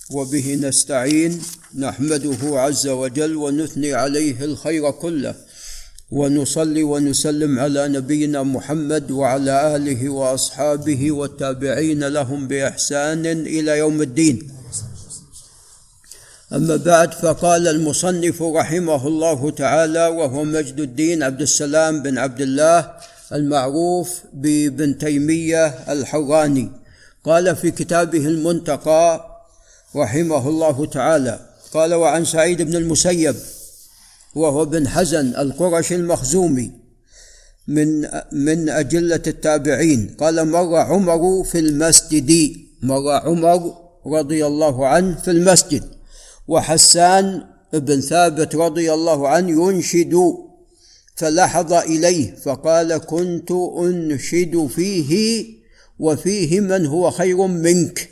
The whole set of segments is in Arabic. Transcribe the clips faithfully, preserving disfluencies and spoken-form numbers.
وبه نستعين، نحمده عز وجل ونثني عليه الخير كله، ونصلي ونسلم على نبينا محمد وعلى آله وأصحابه والتابعين لهم بإحسان إلى يوم الدين. أما بعد، فقال المصنف رحمه الله تعالى، وهو مجد الدين عبد السلام بن عبد الله المعروف بابن تيمية الحراني، قال في كتابه المنتقى رحمه الله تعالى، قال: وعن سعيد بن المسيب وهو بن حزن القرشي المخزومي من من أجلة التابعين، قال: مر عمر في المسجد، مر عمر رضي الله عنه في المسجد، وحسان بن ثابت رضي الله عنه ينشد، فلحظ إليه فقال: كنت أنشد فيه وفيه من هو خير منك،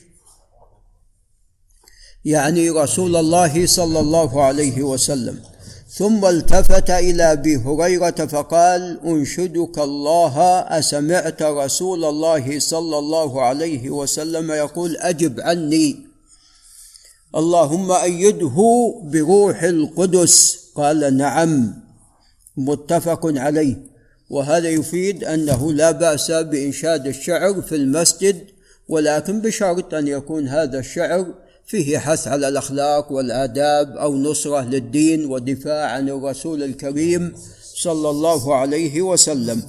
يعني رسول الله صلى الله عليه وسلم. ثم التفت إلى أبي هريرة فقال: أنشدك الله، أسمعت رسول الله صلى الله عليه وسلم يقول: أجب عني، اللهم أيده بروح القدس؟ قال: نعم، متفق عليه. وهذا يفيد أنه لا بأس بإنشاد الشعر في المسجد، ولكن بشرط أن يكون هذا الشعر فيه حث على الأخلاق والآداب، أو نصرة للدين ودفاع عن الرسول الكريم صلى الله عليه وسلم.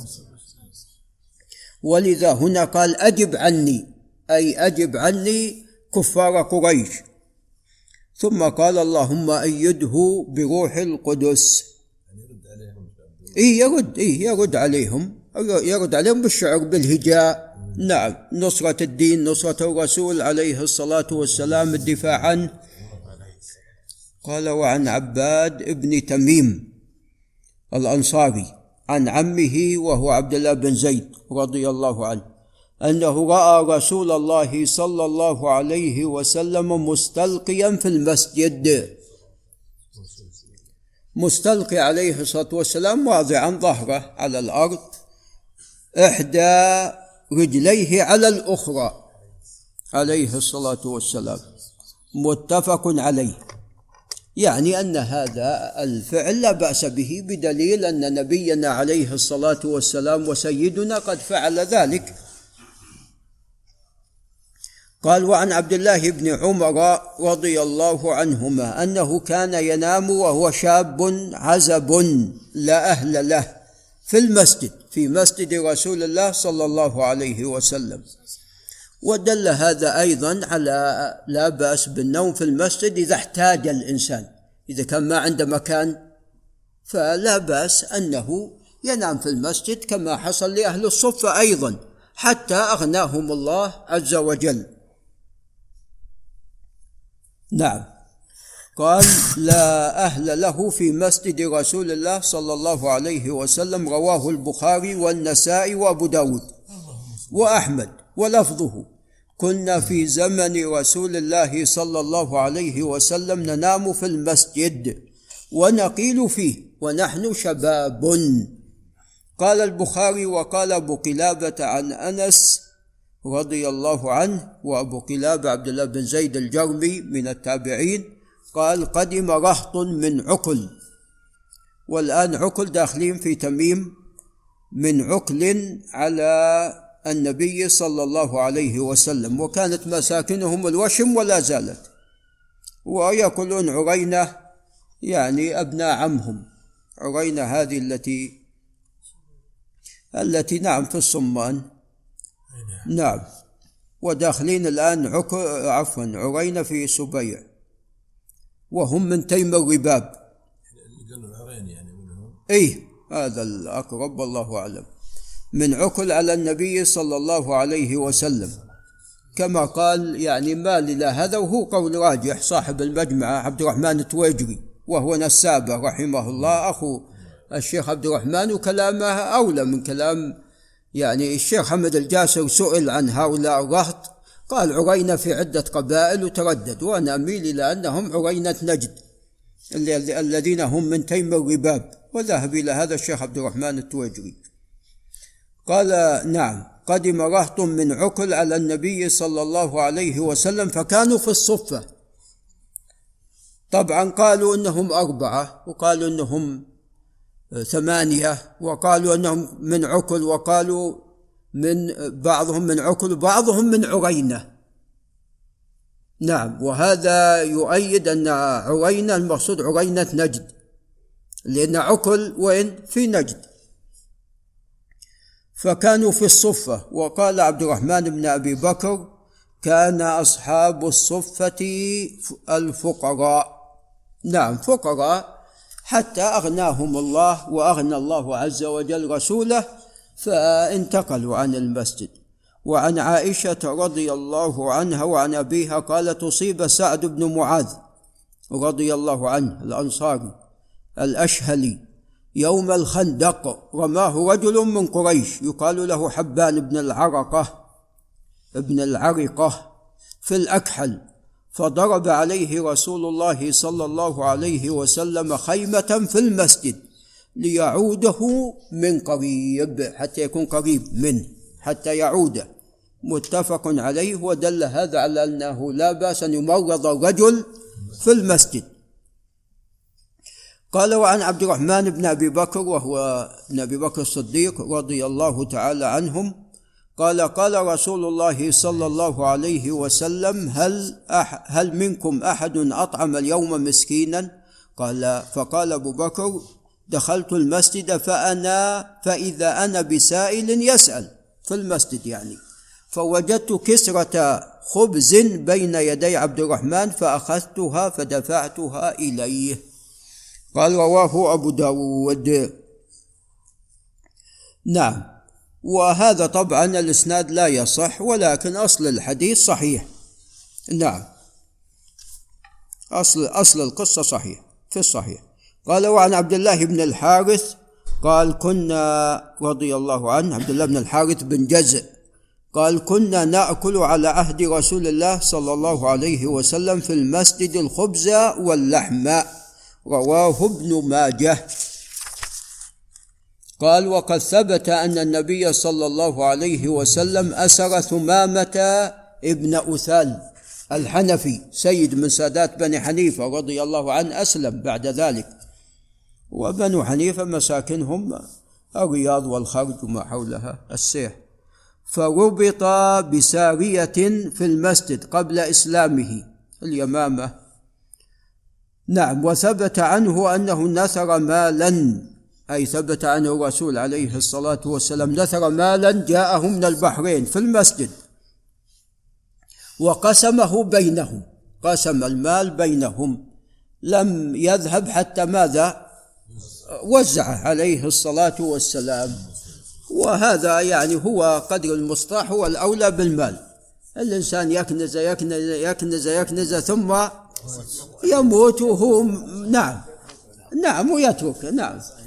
ولذا هنا قال: أجب عني، أي أجب عني كفار قريش. ثم قال: اللهم أيده بروح القدس. إيه يرد إيه يرد عليهم يرد عليهم بالشعر بالهجاء، نعم، نصرة الدين، نصرة الرسول عليه الصلاة والسلام، الدفاع عنه. قال: وعن عباد ابن تميم الأنصاري عن عمه وهو عبد الله بن زيد رضي الله عنه أنه رأى رسول الله صلى الله عليه وسلم مستلقيا في المسجد، مستلقي عليه الصلاة والسلام واضعا ظهره على الأرض، إحدى رجليه على الأخرى عليه الصلاة والسلام، متفق عليه. يعني أن هذا الفعل لا بأس به، بدليل أن نبينا عليه الصلاة والسلام وسيدنا قد فعل ذلك. قال: وعن عبد الله بن عمر رضي الله عنهما أنه كان ينام وهو شاب عزب لا أهل له في المسجد، في مسجد رسول الله صلى الله عليه وسلم. ودل هذا أيضا على لا بأس بالنوم في المسجد إذا احتاج الإنسان، إذا كان ما عنده مكان فلا بأس أنه ينام في المسجد، كما حصل لأهل الصفة أيضا حتى أغناهم الله عز وجل. نعم. قال: لا أهل له في مسجد رسول الله صلى الله عليه وسلم، رواه البخاري والنسائي وأبو داود وأحمد، ولفظه: كنا في زمن رسول الله صلى الله عليه وسلم ننام في المسجد ونقيل فيه ونحن شباب. قال البخاري: وقال أبو قلابة عن أنس رضي الله عنه، وأبو قلابة عبد الله بن زيد الجرمي من التابعين، قال: قدم رهط من عقل، والآن عقل داخلين في تميم، من عقل على النبي صلى الله عليه وسلم، وكانت مساكنهم الوشم ولا زالت، ويقولون عرينة يعني أبناء عمهم، عرينة هذه التي التي نعم في الصمان، نعم، وداخلين الآن عك... عفوا عرينة في سبيع، وهم من تيم الرباب. إيه هذا الأقرب والله أعلم. من عقل على النبي صلى الله عليه وسلم، كما قال يعني مال إلى هذا، وهو قول راجح صاحب المجمع عبد الرحمن التويجري، وهو نسابة رحمه الله أخو الشيخ عبد الرحمن، وكلامه أولى من كلام يعني الشيخ حمد الجاسر. سئل عن هؤلاء الرهط قال: عرينة في عدة قبائل، وتردد، وأنا أميل إلى أنهم عرينة نجد الذين هم من تيم الرباب، وذهب إلى هذا الشيخ عبد الرحمن التويجري. قال: نعم، قدم رهط من عقل على النبي صلى الله عليه وسلم فكانوا في الصفة، طبعا قالوا إنهم أربعة، وقالوا إنهم ثمانية، وقالوا أنهم من عكل، وقالوا من بعضهم من عكل وبعضهم من عرينة. نعم، وهذا يؤيد أن عرينة المقصود عرينة نجد، لأن عكل وين؟ في نجد. فكانوا في الصفة. وقال عبد الرحمن بن أبي بكر: كان أصحاب الصفة الفقراء. نعم، فقراء حتى أغناهم الله وأغنى الله عز وجل رسوله فانتقلوا عن المسجد. وعن عائشة رضي الله عنها وعن أبيها قالت: أصيب سعد بن معاذ رضي الله عنه الأنصاري الأشهلي يوم الخندق، رماه رجل من قريش يقال له حبان بن العرقة ابن العرقة في الأكحل، فضرب عليه رسول الله صلى الله عليه وسلم خيمة في المسجد ليعوده من قريب، حتى يكون قريب منه حتى يعوده، متفق عليه. ودل هذا على أنه لا بأس أن يمرض الرجل في المسجد. قال: وعن عبد الرحمن بن أبي بكر وهو ابن أبي بكر الصديق رضي الله تعالى عنهم قال: قال رسول الله صلى الله عليه وسلم: هل, أح هل منكم أحد أطعم اليوم مسكينا؟ قال فقال أبو بكر: دخلت المسجد فأنا فإذا أنا بسائل يسأل في المسجد يعني، فوجدت كسرة خبز بين يدي عبد الرحمن فأخذتها فدفعتها إليه. قال: رواه أبو داود. نعم، وهذا طبعا الإسناد لا يصح، ولكن أصل الحديث صحيح. نعم، أصل, أصل القصة صحيح في الصحيح. قال: وعن عبد الله بن الحارث قال: كنا رضي الله عنه عبد الله بن الحارث بن جزء قال: كنا نأكل على عهد رسول الله صلى الله عليه وسلم في المسجد الخبز واللحم. رواه ابن ماجه. قال: وقد ثبت أن النبي صلى الله عليه وسلم أسر ثمامة ابن أثال الحنفي سيد من سادات بني حنيفة رضي الله عنه، أسلم بعد ذلك. وبنو حنيفة مساكنهم الرياض والخرج وما حولها السيح، فربط بسارية في المسجد قبل إسلامه اليمامة. نعم، وثبت عنه أنه نثر مالا، أي ثبت عنه الرسول عليه الصلاة والسلام نثر مالا جاءه من البحرين في المسجد وقسمه بينهم، قسم المال بينهم، لم يذهب حتى ماذا؟ وزعه عليه الصلاة والسلام. وهذا يعني هو قدر المصطلح، هو الأولى بالمال. الإنسان يكنز يكنز يكنز يكنز ثم يموت وهو نعم نعم ويترك. نعم.